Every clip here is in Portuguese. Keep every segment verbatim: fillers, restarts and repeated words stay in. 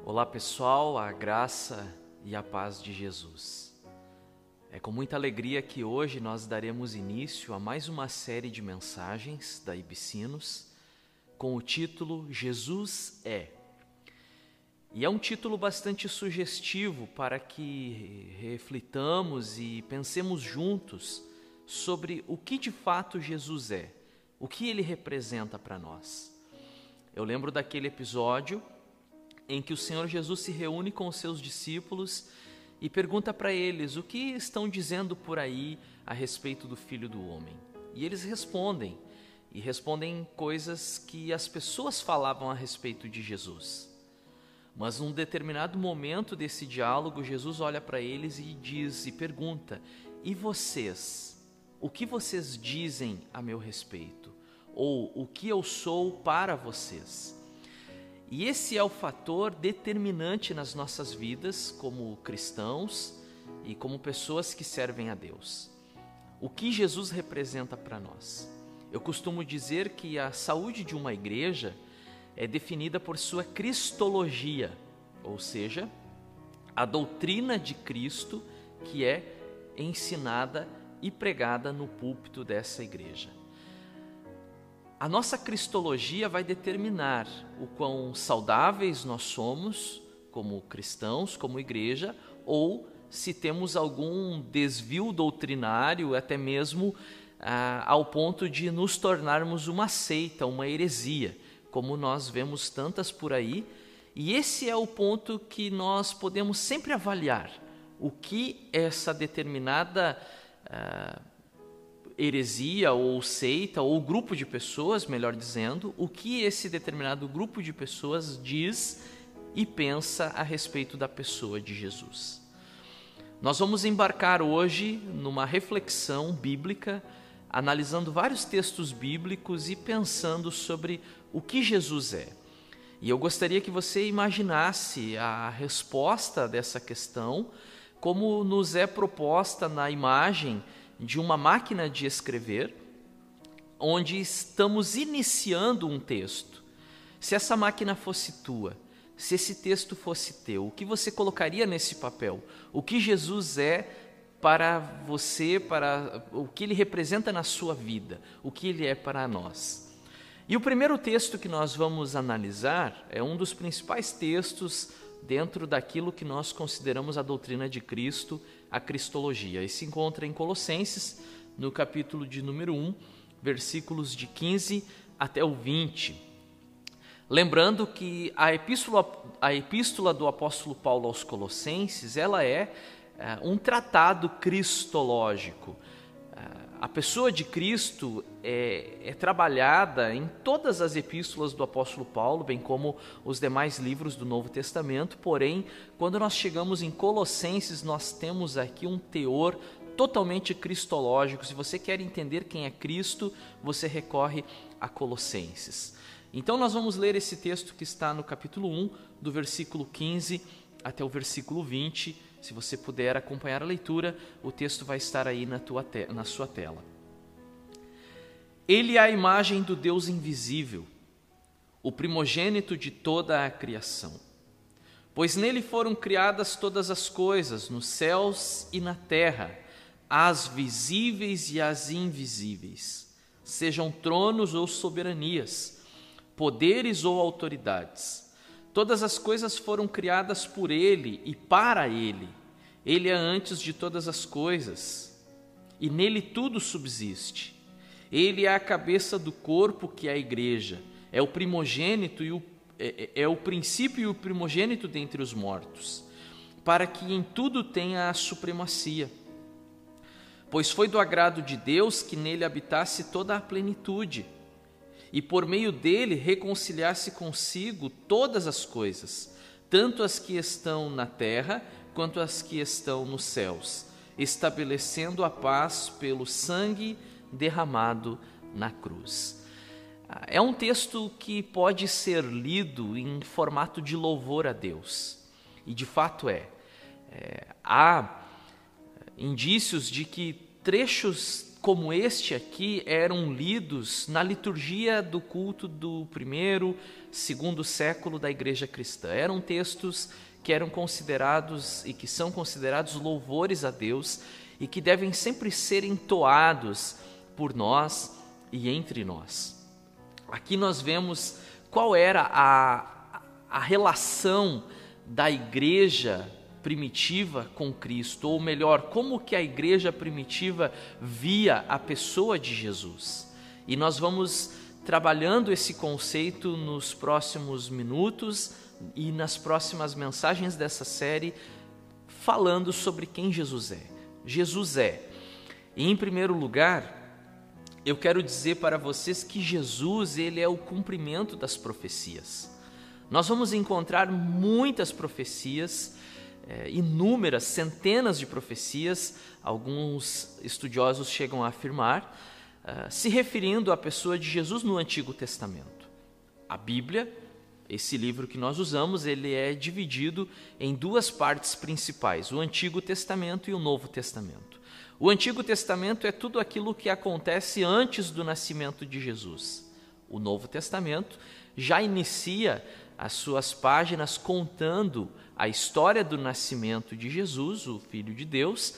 Olá pessoal, a graça e a paz de Jesus. É com muita alegria que hoje nós daremos início a mais uma série de mensagens da Ibicinos com o título Jesus é. E é um título bastante sugestivo para que reflitamos e pensemos juntos sobre o que de fato Jesus é, o que ele representa para nós. Eu lembro daquele episódio em que o Senhor Jesus se reúne com os seus discípulos e pergunta para eles o que estão dizendo por aí a respeito do Filho do Homem. E eles respondem, e respondem coisas que as pessoas falavam a respeito de Jesus. Mas num determinado momento desse diálogo, Jesus olha para eles e diz e pergunta: e vocês? O que vocês dizem a meu respeito? Ou o que eu sou para vocês? E esse é o fator determinante nas nossas vidas como cristãos e como pessoas que servem a Deus. O que Jesus representa para nós? Eu costumo dizer que a saúde de uma igreja é definida por sua cristologia, ou seja, a doutrina de Cristo que é ensinada e pregada no púlpito dessa igreja. A nossa cristologia vai determinar o quão saudáveis nós somos como cristãos, como igreja, ou se temos algum desvio doutrinário, até mesmo ah, ao ponto de nos tornarmos uma seita, uma heresia, como nós vemos tantas por aí. E esse é o ponto que nós podemos sempre avaliar, o que essa determinada ah, heresia ou seita ou grupo de pessoas, melhor dizendo, o que esse determinado grupo de pessoas diz e pensa a respeito da pessoa de Jesus. Nós vamos embarcar hoje numa reflexão bíblica, analisando vários textos bíblicos e pensando sobre o que Jesus é. E eu gostaria que você imaginasse a resposta dessa questão como nos é proposta na imagem de uma máquina de escrever, onde estamos iniciando um texto. Se essa máquina fosse tua, se esse texto fosse teu, o que você colocaria nesse papel? O que Jesus é para você, para o que ele representa na sua vida, o que ele é para nós? E o primeiro texto que nós vamos analisar é um dos principais textos dentro daquilo que nós consideramos a doutrina de Cristo, a cristologia. E se encontra em Colossenses, no capítulo de número um, versículos de quinze até o vinte. Lembrando que a epístola, a epístola do apóstolo Paulo aos Colossenses, ela é, é um tratado cristológico. A pessoa de Cristo é, é trabalhada em todas as epístolas do apóstolo Paulo, bem como os demais livros do Novo Testamento, porém, quando nós chegamos em Colossenses, nós temos aqui um teor totalmente cristológico. Se você quer entender quem é Cristo, você recorre a Colossenses. Então nós vamos ler esse texto que está no capítulo um, do versículo quinze até o versículo vinte. Se você puder acompanhar a leitura, o texto vai estar aí na, tua te- na sua tela. Ele é a imagem do Deus invisível, o primogênito de toda a criação. Pois nele foram criadas todas as coisas, nos céus e na terra, as visíveis e as invisíveis, sejam tronos ou soberanias, poderes ou autoridades. Todas as coisas foram criadas por ele e para ele. Ele é antes de todas as coisas, e nele tudo subsiste. Ele é a cabeça do corpo, que é a igreja. É o primogênito e o, é, é o princípio e o primogênito dentre os mortos, para que em tudo tenha a supremacia. Pois foi do agrado de Deus que nele habitasse toda a plenitude, e por meio dele reconciliasse consigo todas as coisas, tanto as que estão na terra quanto as que estão nos céus, estabelecendo a paz pelo sangue derramado na cruz. É um texto que pode ser lido em formato de louvor a Deus, e de fato é. é há indícios de que trechos como este aqui eram lidos na liturgia do culto do primeiro, segundo século da Igreja Cristã. Eram textos que eram considerados e que são considerados louvores a Deus e que devem sempre ser entoados por nós e entre nós. Aqui nós vemos qual era a, a relação da igreja primitiva com Cristo, ou melhor, como que a igreja primitiva via a pessoa de Jesus. E nós vamos trabalhando esse conceito nos próximos minutos e nas próximas mensagens dessa série, falando sobre quem Jesus é. Jesus é. E em primeiro lugar, eu quero dizer para vocês que Jesus, ele é o cumprimento das profecias. Nós vamos encontrar muitas profecias, é, inúmeras, centenas de profecias, alguns estudiosos chegam a afirmar, uh, se referindo à pessoa de Jesus no Antigo Testamento. A Bíblia, esse livro que nós usamos, ele é dividido em duas partes principais, o Antigo Testamento e o Novo Testamento. O Antigo Testamento é tudo aquilo que acontece antes do nascimento de Jesus. O Novo Testamento já inicia as suas páginas contando a história do nascimento de Jesus, o Filho de Deus,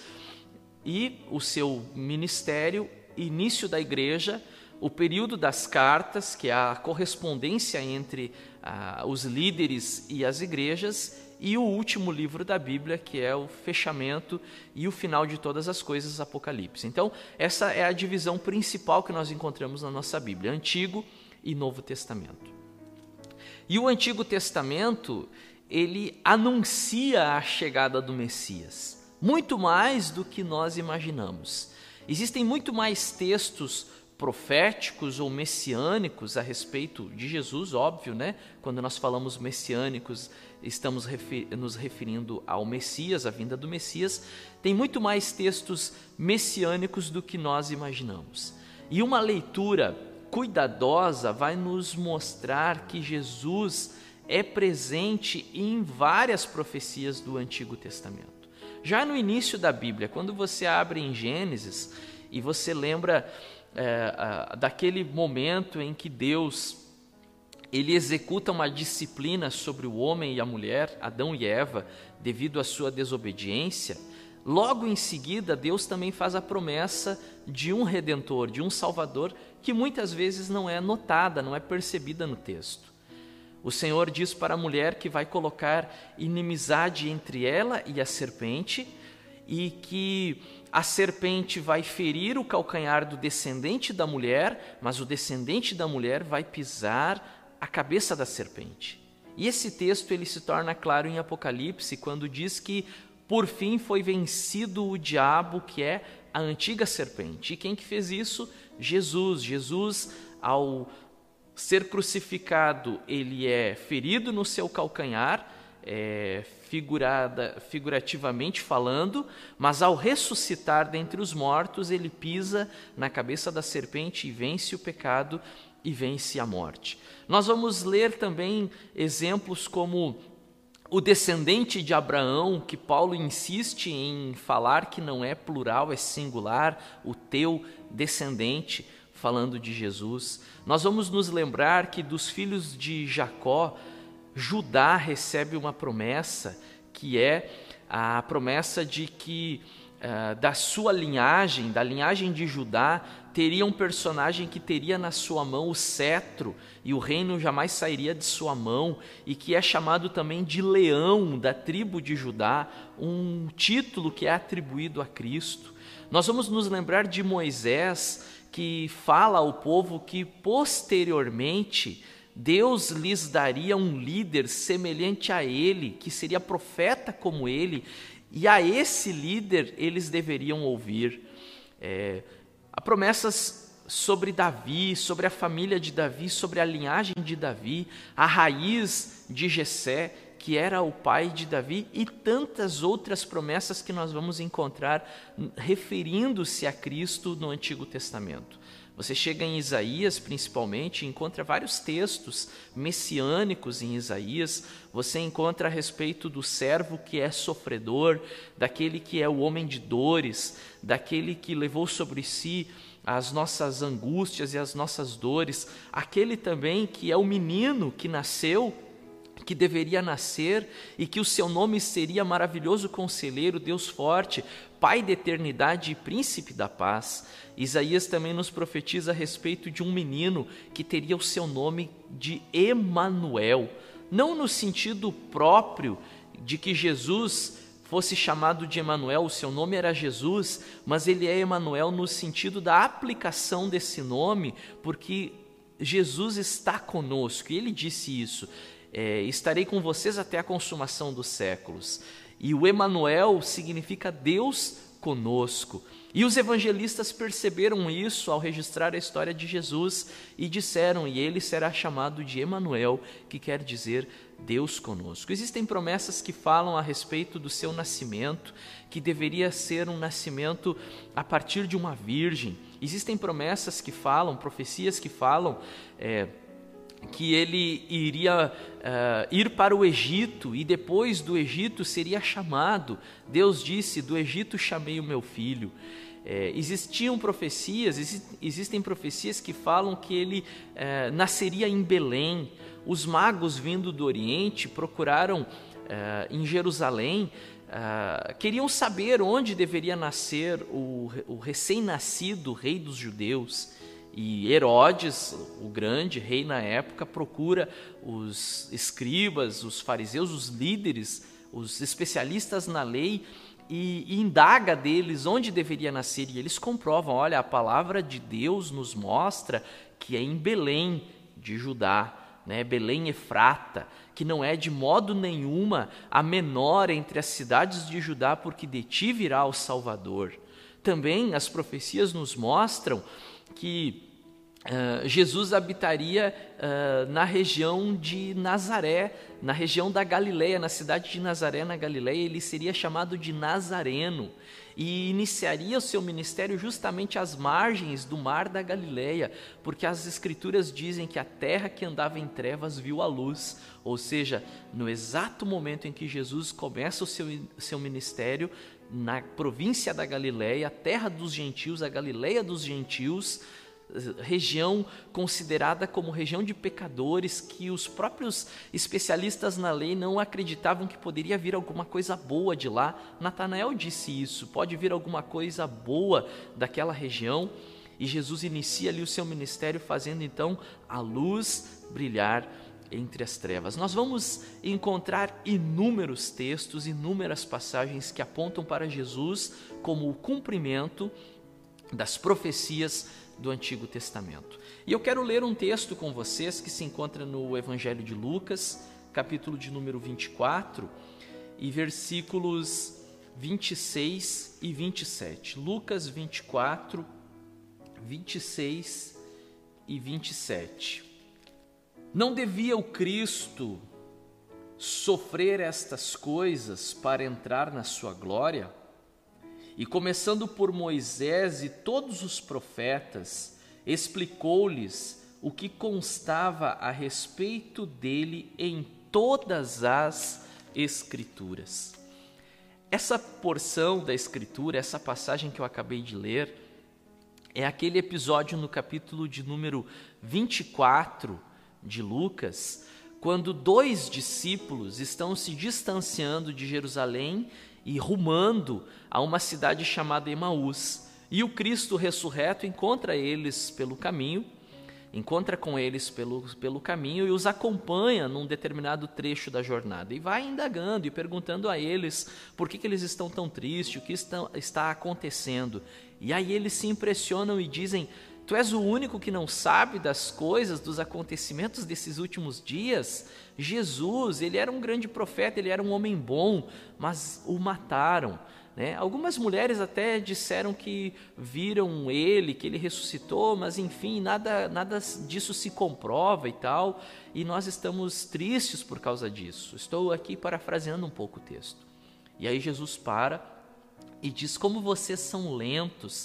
e o seu ministério, início da igreja, o período das cartas, que é a correspondência entre ah, os líderes e as igrejas, e o último livro da Bíblia, que é o fechamento e o final de todas as coisas, Apocalipse. Então, essa é a divisão principal que nós encontramos na nossa Bíblia, Antigo e Novo Testamento. E o Antigo Testamento, ele anuncia a chegada do Messias, muito mais do que nós imaginamos. Existem muito mais textos proféticos ou messiânicos a respeito de Jesus, óbvio, né? Quando nós falamos messiânicos, estamos refer- nos referindo ao Messias, a vinda do Messias. Tem muito mais textos messiânicos do que nós imaginamos. E uma leitura cuidadosa vai nos mostrar que Jesus é presente em várias profecias do Antigo Testamento. Já no início da Bíblia, quando você abre em Gênesis e você lembra É, daquele momento em que Deus ele executa uma disciplina sobre o homem e a mulher, Adão e Eva, devido à sua desobediência, logo em seguida Deus também faz a promessa de um Redentor, de um Salvador, que muitas vezes não é notada, não é percebida no texto. O Senhor diz para a mulher que vai colocar inimizade entre ela e a serpente, e que a serpente vai ferir o calcanhar do descendente da mulher, mas o descendente da mulher vai pisar a cabeça da serpente. E esse texto ele se torna claro em Apocalipse, quando diz que por fim foi vencido o diabo, que é a antiga serpente. E quem que fez isso? Jesus. Jesus, ao ser crucificado, ele é ferido no seu calcanhar, É, figurada, figurativamente falando, mas ao ressuscitar dentre os mortos, ele pisa na cabeça da serpente e vence o pecado e vence a morte. Nós vamos ler também exemplos como o descendente de Abraão, que Paulo insiste em falar que não é plural, é singular, o teu descendente, falando de Jesus. Nós vamos nos lembrar que dos filhos de Jacó, Judá recebe uma promessa, que é a promessa de que uh, da sua linhagem, da linhagem de Judá, teria um personagem que teria na sua mão o cetro e o reino jamais sairia de sua mão, e que é chamado também de leão da tribo de Judá, um título que é atribuído a Cristo. Nós vamos nos lembrar de Moisés, que fala ao povo que posteriormente Deus lhes daria um líder semelhante a ele, que seria profeta como ele, e a esse líder eles deveriam ouvir. É, há promessas sobre Davi, sobre a família de Davi, sobre a linhagem de Davi, a raiz de Jessé, que era o pai de Davi, e tantas outras promessas que nós vamos encontrar referindo-se a Cristo no Antigo Testamento. Você chega em Isaías, principalmente, e encontra vários textos messiânicos em Isaías. Você encontra a respeito do servo que é sofredor, daquele que é o homem de dores, daquele que levou sobre si as nossas angústias e as nossas dores, aquele também que é o menino que nasceu, que deveria nascer e que o seu nome seria maravilhoso conselheiro, Deus forte, Pai da eternidade e príncipe da paz. Isaías também nos profetiza a respeito de um menino que teria o seu nome de Emanuel, não no sentido próprio de que Jesus fosse chamado de Emanuel, o seu nome era Jesus, mas ele é Emanuel no sentido da aplicação desse nome, porque Jesus está conosco, e ele disse isso, é, estarei com vocês até a consumação dos séculos. E o Emanuel significa Deus conosco. E os evangelistas perceberam isso ao registrar a história de Jesus e disseram, e ele será chamado de Emanuel, que quer dizer Deus conosco. Existem promessas que falam a respeito do seu nascimento, que deveria ser um nascimento a partir de uma virgem. Existem promessas que falam, profecias que falam, é, que ele iria uh, ir para o Egito e depois do Egito seria chamado. Deus disse, do Egito chamei o meu filho. É, existiam profecias, exi- existem profecias que falam que ele é, nasceria em Belém. Os magos vindo do Oriente procuraram é, em Jerusalém, é, queriam saber onde deveria nascer o, o recém-nascido rei dos judeus. E Herodes, o grande rei na época, procura os escribas, os fariseus, os líderes, os especialistas na lei, E, e indaga deles onde deveria nascer, e eles comprovam, olha, a palavra de Deus nos mostra que é em Belém de Judá, né? Belém Efrata, que não é de modo nenhuma a menor entre as cidades de Judá, porque de ti virá o Salvador. Também as profecias nos mostram que Uh, Jesus habitaria uh, na região de Nazaré, na região da Galileia, na cidade de Nazaré, na Galileia. Ele seria chamado de Nazareno e iniciaria o seu ministério justamente às margens do mar da Galileia, porque as escrituras dizem que a terra que andava em trevas viu a luz, ou seja, no exato momento em que Jesus começa o seu, seu ministério, na província da Galileia, a terra dos gentios, a Galileia dos gentios, região considerada como região de pecadores, que os próprios especialistas na lei não acreditavam que poderia vir alguma coisa boa de lá. Natanael disse isso, pode vir alguma coisa boa daquela região, e Jesus inicia ali o seu ministério fazendo então a luz brilhar entre as trevas. Nós vamos encontrar inúmeros textos, inúmeras passagens que apontam para Jesus como o cumprimento das profecias do Antigo Testamento. E eu quero ler um texto com vocês que se encontra no Evangelho de Lucas, capítulo de número vinte e quatro, e versículos vinte e seis e vinte e sete. Lucas vinte e quatro, vinte e seis e vinte e sete. Não devia o Cristo sofrer estas coisas para entrar na sua glória? E começando por Moisés e todos os profetas, explicou-lhes o que constava a respeito dele em todas as Escrituras. Essa porção da Escritura, essa passagem que eu acabei de ler, é aquele episódio no capítulo de número vinte e quatro de Lucas, quando dois discípulos estão se distanciando de Jerusalém e rumando a uma cidade chamada Emaús. E o Cristo ressurreto encontra eles pelo caminho, encontra com eles pelo, pelo caminho e os acompanha num determinado trecho da jornada. E vai indagando e perguntando a eles por que, que eles estão tão tristes, o que está, está acontecendo. E aí eles se impressionam e dizem: tu és o único que não sabe das coisas, dos acontecimentos desses últimos dias? Jesus, ele era um grande profeta, ele era um homem bom, mas o mataram, né? Algumas mulheres até disseram que viram ele, que ele ressuscitou, mas enfim, nada, nada disso se comprova e tal, e nós estamos tristes por causa disso. Estou aqui parafraseando um pouco o texto. E aí Jesus para e diz: como vocês são lentos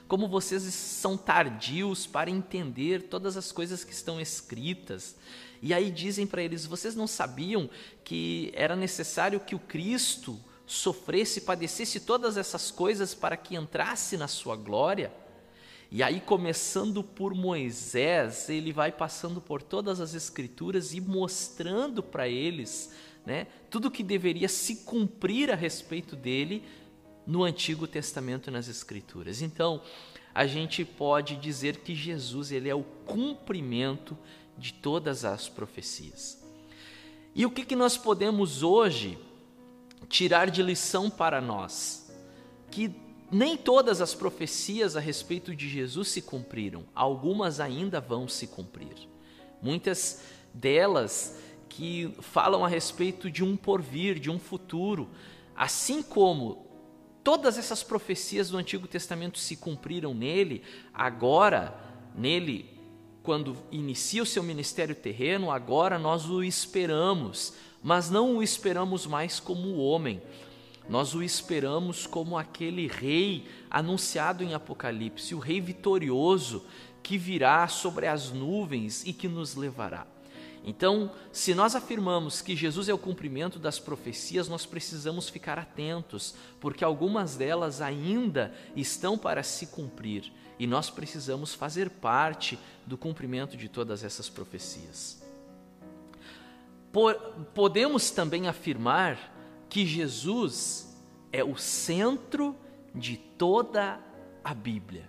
como vocês são tardios para entender todas as coisas que estão escritas. E aí dizem para eles: vocês não sabiam que era necessário que o Cristo sofresse, padecesse todas essas coisas para que entrasse na sua glória? E aí, começando por Moisés, ele vai passando por todas as escrituras e mostrando para eles, né, tudo que deveria se cumprir a respeito dele no Antigo Testamento, nas escrituras. Então, a gente pode dizer que Jesus, ele é o cumprimento de todas as profecias. E o que, que nós podemos hoje tirar de lição para nós? Que nem todas as profecias a respeito de Jesus se cumpriram, algumas ainda vão se cumprir. Muitas delas que falam a respeito de um porvir, de um futuro, assim como todas essas profecias do Antigo Testamento se cumpriram nele, agora, nele, quando inicia o seu ministério terreno, agora nós o esperamos, mas não o esperamos mais como homem. Nós o esperamos como aquele rei anunciado em Apocalipse, o rei vitorioso que virá sobre as nuvens e que nos levará. Então, se nós afirmamos que Jesus é o cumprimento das profecias, nós precisamos ficar atentos, porque algumas delas ainda estão para se cumprir e nós precisamos fazer parte do cumprimento de todas essas profecias. Por, podemos também afirmar que Jesus é o centro de toda a Bíblia.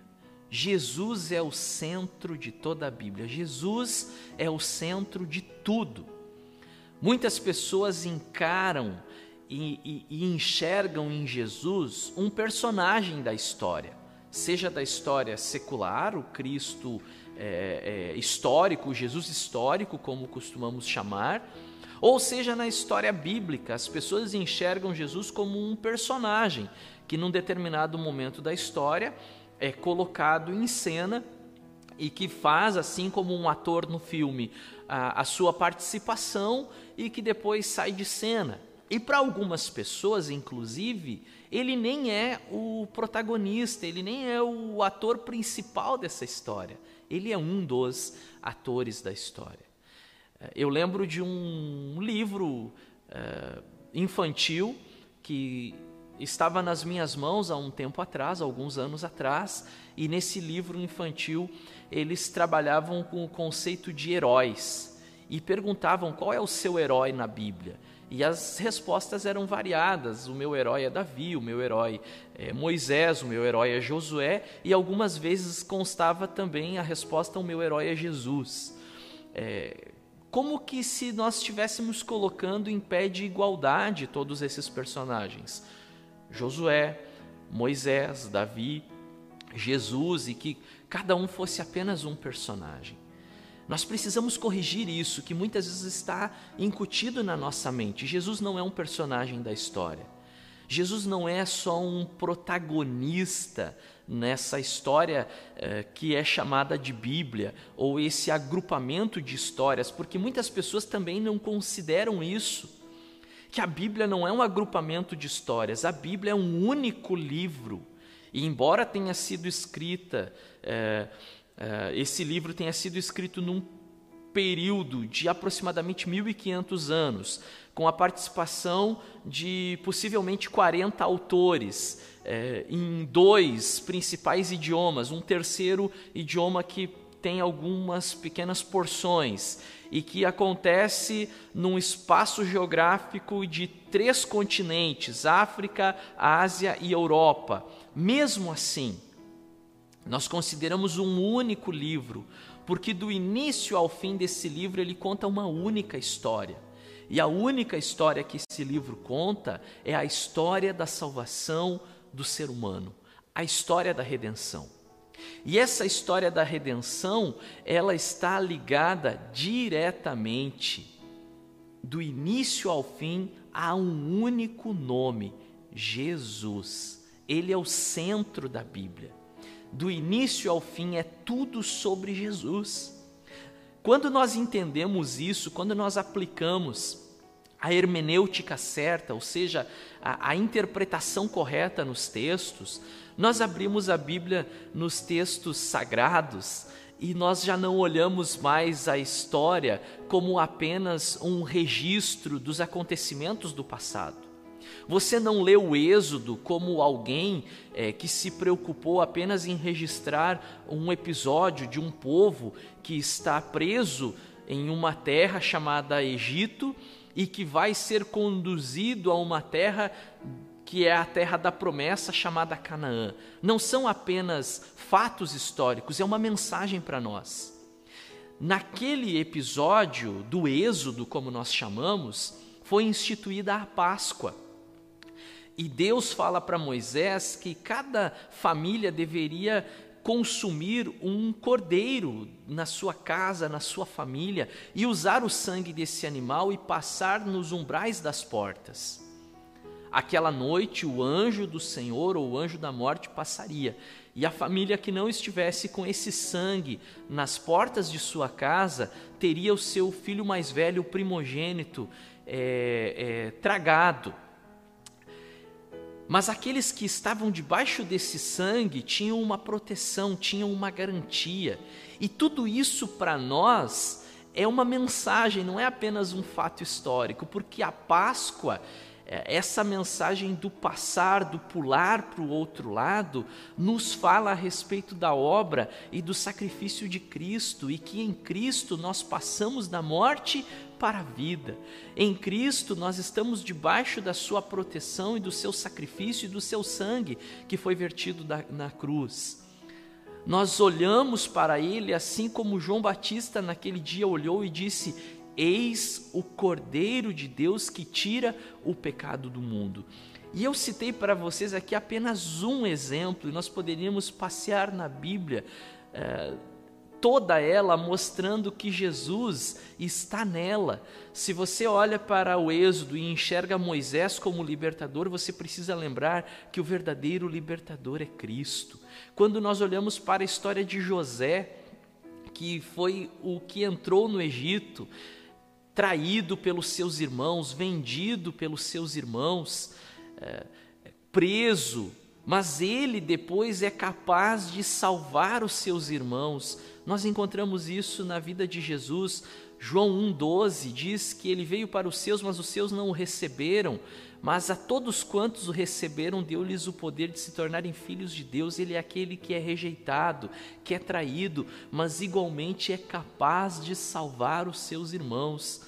Jesus é o centro de toda a Bíblia. Jesus é o centro de tudo. Muitas pessoas encaram e, e, e enxergam em Jesus um personagem da história, seja da história secular, o Cristo é, é, histórico, o Jesus histórico, como costumamos chamar, ou seja, na história bíblica, as pessoas enxergam Jesus como um personagem que num determinado momento da história é colocado em cena e que faz, assim como um ator no filme, a, a sua participação e que depois sai de cena. E para algumas pessoas, inclusive, ele nem é o protagonista, ele nem é o ator principal dessa história. Ele é um dos atores da história. Eu lembro de um livro uh, infantil que estava nas minhas mãos há um tempo atrás, alguns anos atrás, e nesse livro infantil eles trabalhavam com o conceito de heróis e perguntavam qual é o seu herói na Bíblia. E as respostas eram variadas: o meu herói é Davi, o meu herói é Moisés, o meu herói é Josué, e algumas vezes constava também a resposta: o meu herói é Jesus. É, como que se nós estivéssemos colocando em pé de igualdade todos esses personagens. Josué, Moisés, Davi, Jesus, e que cada um fosse apenas um personagem. Nós precisamos corrigir isso, que muitas vezes está incutido na nossa mente. Jesus não é um personagem da história. Jesus não é só um protagonista nessa história eh, que é chamada de Bíblia, ou esse agrupamento de histórias, porque muitas pessoas também não consideram isso, que a Bíblia não é um agrupamento de histórias, a Bíblia é um único livro, e embora tenha sido escrita, eh, eh, esse livro tenha sido escrito num período de aproximadamente mil e quinhentos anos, com a participação de possivelmente quarenta autores, é, em dois principais idiomas, um terceiro idioma que tem algumas pequenas porções e que acontece num espaço geográfico de três continentes, África, Ásia e Europa. Mesmo assim, nós consideramos um único livro, porque do início ao fim desse livro ele conta uma única história. E a única história que esse livro conta é a história da salvação do ser humano, a história da redenção. E essa história da redenção, ela está ligada diretamente, do início ao fim, a um único nome: Jesus. Ele é o centro da Bíblia. Do início ao fim é tudo sobre Jesus. Quando nós entendemos isso, quando nós aplicamos a hermenêutica certa, ou seja, a, a interpretação correta nos textos, nós abrimos a Bíblia nos textos sagrados e nós já não olhamos mais a história como apenas um registro dos acontecimentos do passado. Você não lê o Êxodo como alguém é, que se preocupou apenas em registrar um episódio de um povo que está preso em uma terra chamada Egito e que vai ser conduzido a uma terra que é a terra da promessa chamada Canaã. Não são apenas fatos históricos, é uma mensagem para nós. Naquele episódio do Êxodo, como nós chamamos, foi instituída a Páscoa. E Deus fala para Moisés que cada família deveria consumir um cordeiro na sua casa, na sua família, e usar o sangue desse animal e passar nos umbrais das portas. Aquela noite o anjo do Senhor ou o anjo da morte passaria, e a família que não estivesse com esse sangue nas portas de sua casa teria o seu filho mais velho, o primogênito, é, é, tragado. Mas aqueles que estavam debaixo desse sangue tinham uma proteção, tinham uma garantia. E tudo isso para nós é uma mensagem, não é apenas um fato histórico, porque a Páscoa, essa mensagem do passar, do pular para o outro lado, nos fala a respeito da obra e do sacrifício de Cristo, e que em Cristo nós passamos da morte para a vida. Em Cristo nós estamos debaixo da sua proteção e do seu sacrifício e do seu sangue que foi vertido da, na cruz. Nós olhamos para ele assim como João Batista naquele dia olhou e disse: eis o Cordeiro de Deus que tira o pecado do mundo. E eu citei para vocês aqui apenas um exemplo, e nós poderíamos passear na Bíblia eh, toda ela mostrando que Jesus está nela. Se você olha para o Êxodo e enxerga Moisés como libertador, você precisa lembrar que o verdadeiro libertador é Cristo. Quando nós olhamos para a história de José, que foi o que entrou no Egito, traído pelos seus irmãos, vendido pelos seus irmãos, é, preso, mas ele depois é capaz de salvar os seus irmãos. Nós encontramos isso na vida de Jesus. João um, doze diz que ele veio para os seus, mas os seus não o receberam. Mas a todos quantos o receberam, deu-lhes o poder de se tornarem filhos de Deus. Ele é aquele que é rejeitado, que é traído, mas igualmente é capaz de salvar os seus irmãos.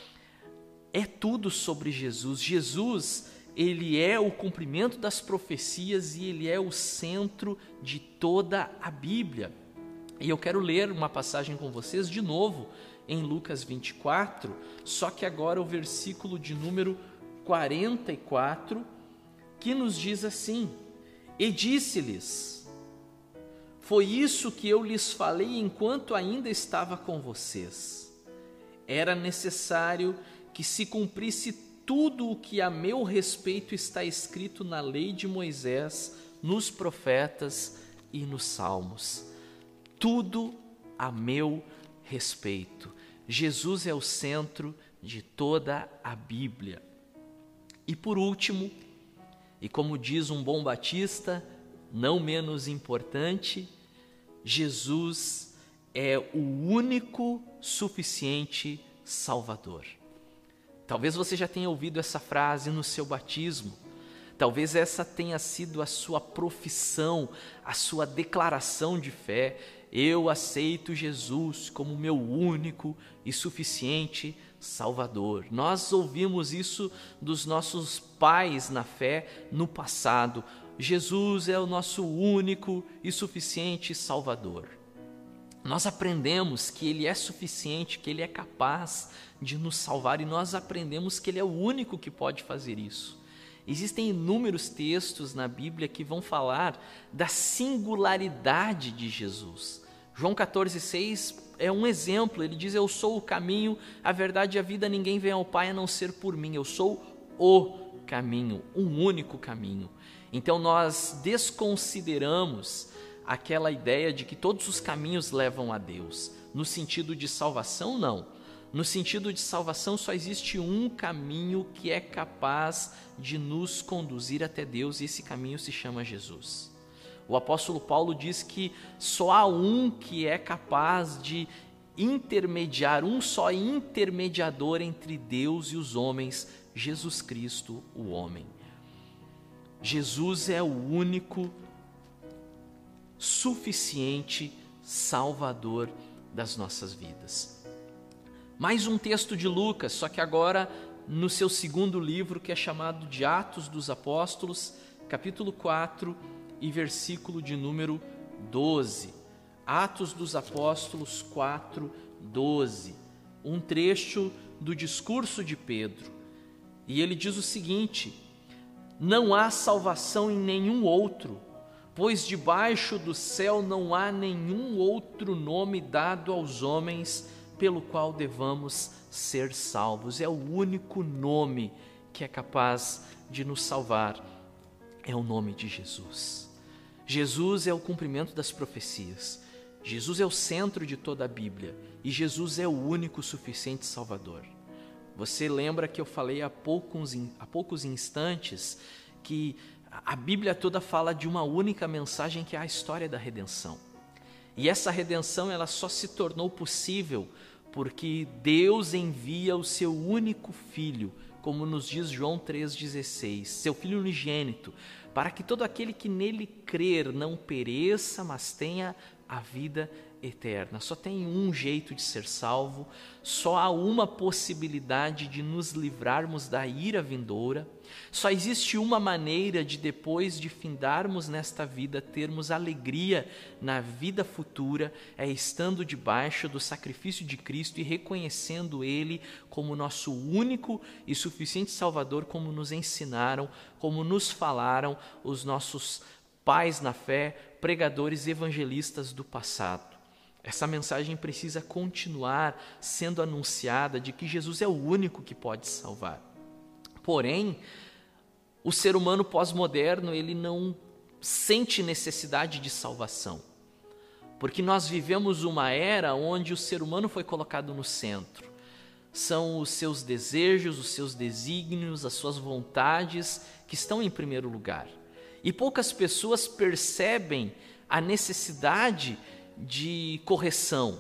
É tudo sobre Jesus. Jesus, ele é o cumprimento das profecias e ele é o centro de toda a Bíblia. E eu quero ler uma passagem com vocês de novo em Lucas vinte e quatro, só que agora o versículo de número quarenta e quatro, que nos diz assim: e disse-lhes, foi isso que eu lhes falei enquanto ainda estava com vocês. Era necessário que se cumprisse tudo o que a meu respeito está escrito na lei de Moisés, nos profetas e nos salmos. Tudo a meu respeito. Jesus é o centro de toda a Bíblia. E por último, e como diz um bom batista, não menos importante, Jesus é o único suficiente Salvador. Talvez você já tenha ouvido essa frase no seu batismo, talvez essa tenha sido a sua profissão, a sua declaração de fé: eu aceito Jesus como meu único e suficiente Salvador. Nós ouvimos isso dos nossos pais na fé no passado. Jesus é o nosso único e suficiente Salvador. Nós aprendemos que Ele é suficiente, que Ele é capaz de nos salvar, e nós aprendemos que Ele é o único que pode fazer isso. Existem inúmeros textos na Bíblia que vão falar da singularidade de Jesus. João catorze, seis é um exemplo. Ele diz: eu sou o caminho, a verdade e a vida, ninguém vem ao Pai a não ser por mim. Eu sou o caminho, um único caminho. Então nós desconsideramos aquela ideia de que todos os caminhos levam a Deus. No sentido de salvação, não. No sentido de salvação, só existe um caminho que é capaz de nos conduzir até Deus, e esse caminho se chama Jesus. O apóstolo Paulo diz que só há um que é capaz de intermediar, um só intermediador entre Deus e os homens, Jesus Cristo, o homem. Jesus é o único, suficiente Salvador das nossas vidas. Mais um texto de Lucas, só que agora no seu segundo livro, que é chamado de Atos dos Apóstolos, capítulo quatro e versículo de número doze. Atos dos Apóstolos quatro, doze. Um trecho do discurso de Pedro. E ele diz o seguinte: não há salvação em nenhum outro, pois debaixo do céu não há nenhum outro nome dado aos homens pelo qual devamos ser salvos. É o único nome que é capaz de nos salvar, é o nome de Jesus. Jesus é o cumprimento das profecias, Jesus é o centro de toda a Bíblia e Jesus é o único suficiente Salvador. Você lembra que eu falei há poucos, há poucos instantes que a Bíblia toda fala de uma única mensagem, que é a história da redenção. E essa redenção ela só se tornou possível porque Deus envia o seu único Filho, como nos diz João três, dezesseis, seu Filho unigênito, para que todo aquele que nele crer não pereça, mas tenha a vida eterna. Só tem um jeito de ser salvo, só há uma possibilidade de nos livrarmos da ira vindoura, só existe uma maneira de, depois de findarmos nesta vida, termos alegria na vida futura, é estando debaixo do sacrifício de Cristo e reconhecendo Ele como nosso único e suficiente Salvador, como nos ensinaram, como nos falaram os nossos pais na fé, pregadores evangelistas do passado. Essa mensagem precisa continuar sendo anunciada, de que Jesus é o único que pode salvar. Porém, o ser humano pós-moderno, ele não sente necessidade de salvação, porque nós vivemos uma era onde o ser humano foi colocado no centro. São os seus desejos, os seus desígnios, as suas vontades que estão em primeiro lugar. E poucas pessoas percebem a necessidade de correção.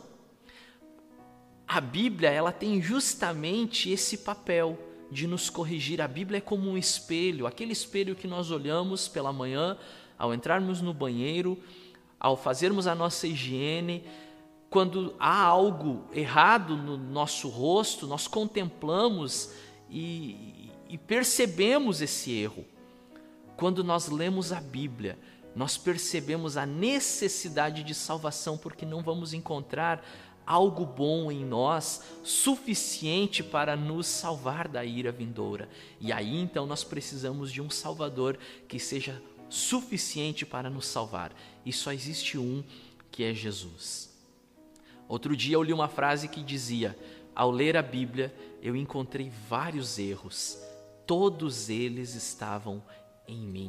A Bíblia, ela tem justamente esse papel de nos corrigir. A Bíblia é como um espelho, aquele espelho que nós olhamos pela manhã, ao entrarmos no banheiro, ao fazermos a nossa higiene. Quando há algo errado no nosso rosto, nós contemplamos e, e percebemos esse erro. Quando nós lemos a Bíblia, nós percebemos a necessidade de salvação, porque não vamos encontrar algo bom em nós suficiente para nos salvar da ira vindoura. E aí então nós precisamos de um Salvador que seja suficiente para nos salvar. E só existe um, que é Jesus. Outro dia eu li uma frase que dizia: ao ler a Bíblia eu encontrei vários erros, todos eles estavam em mim.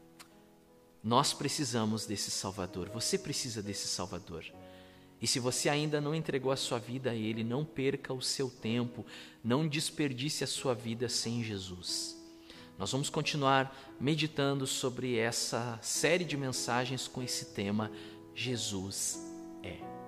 Nós precisamos desse Salvador, você precisa desse Salvador. E se você ainda não entregou a sua vida a Ele, não perca o seu tempo, não desperdice a sua vida sem Jesus. Nós vamos continuar meditando sobre essa série de mensagens com esse tema: Jesus é.